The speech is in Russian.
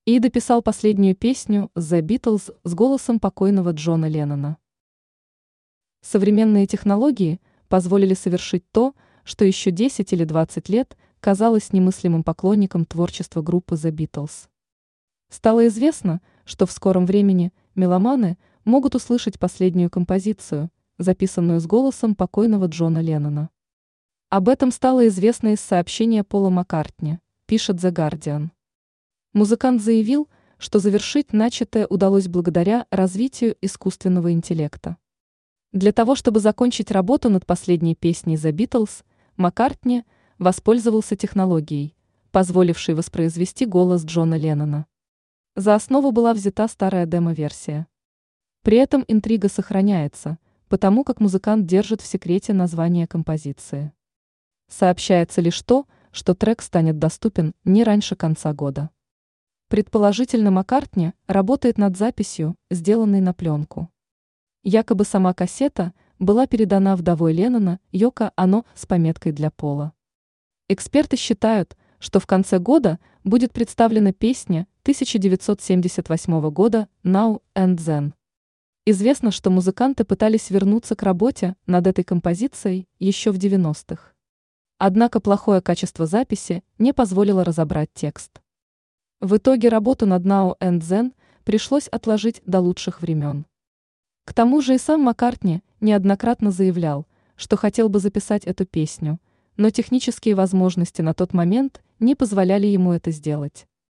и дописал последнюю песню The Beatles с голосом покойного Джона Леннона. Современные технологии позволили совершить то, что еще 10 или 20 лет казалось немыслимым поклонникам творчества группы The Beatles. Стало известно, что в скором времени меломаны могут услышать последнюю композицию, записанную с голосом покойного Джона Леннона. Об этом стало известно из сообщения Пола Маккартни, пишет The Guardian. Музыкант заявил, что завершить начатое удалось благодаря развитию искусственного интеллекта. Для того, чтобы закончить работу над последней песней The Beatles, Маккартни воспользовался технологией, позволившей воспроизвести голос Джона Леннона. За основу была взята старая демо-версия. При этом интрига сохраняется, потому как музыкант держит в секрете название композиции. Сообщается лишь то, что трек станет доступен не раньше конца года. Предположительно, Маккартни работает над записью, сделанной на пленку. Якобы сама кассета была передана вдовой Леннона Йоко Оно с пометкой для Пола. Эксперты считают, что в конце года будет представлена песня 1978 года Now and Then. Известно, что музыканты пытались вернуться к работе над этой композицией еще в 90-х. Однако плохое качество записи не позволило разобрать текст. В итоге работу над Now and Then пришлось отложить до лучших времен. К тому же и сам Маккартни неоднократно заявлял, что хотел бы записать эту песню, но технические возможности на тот момент не позволяли ему это сделать.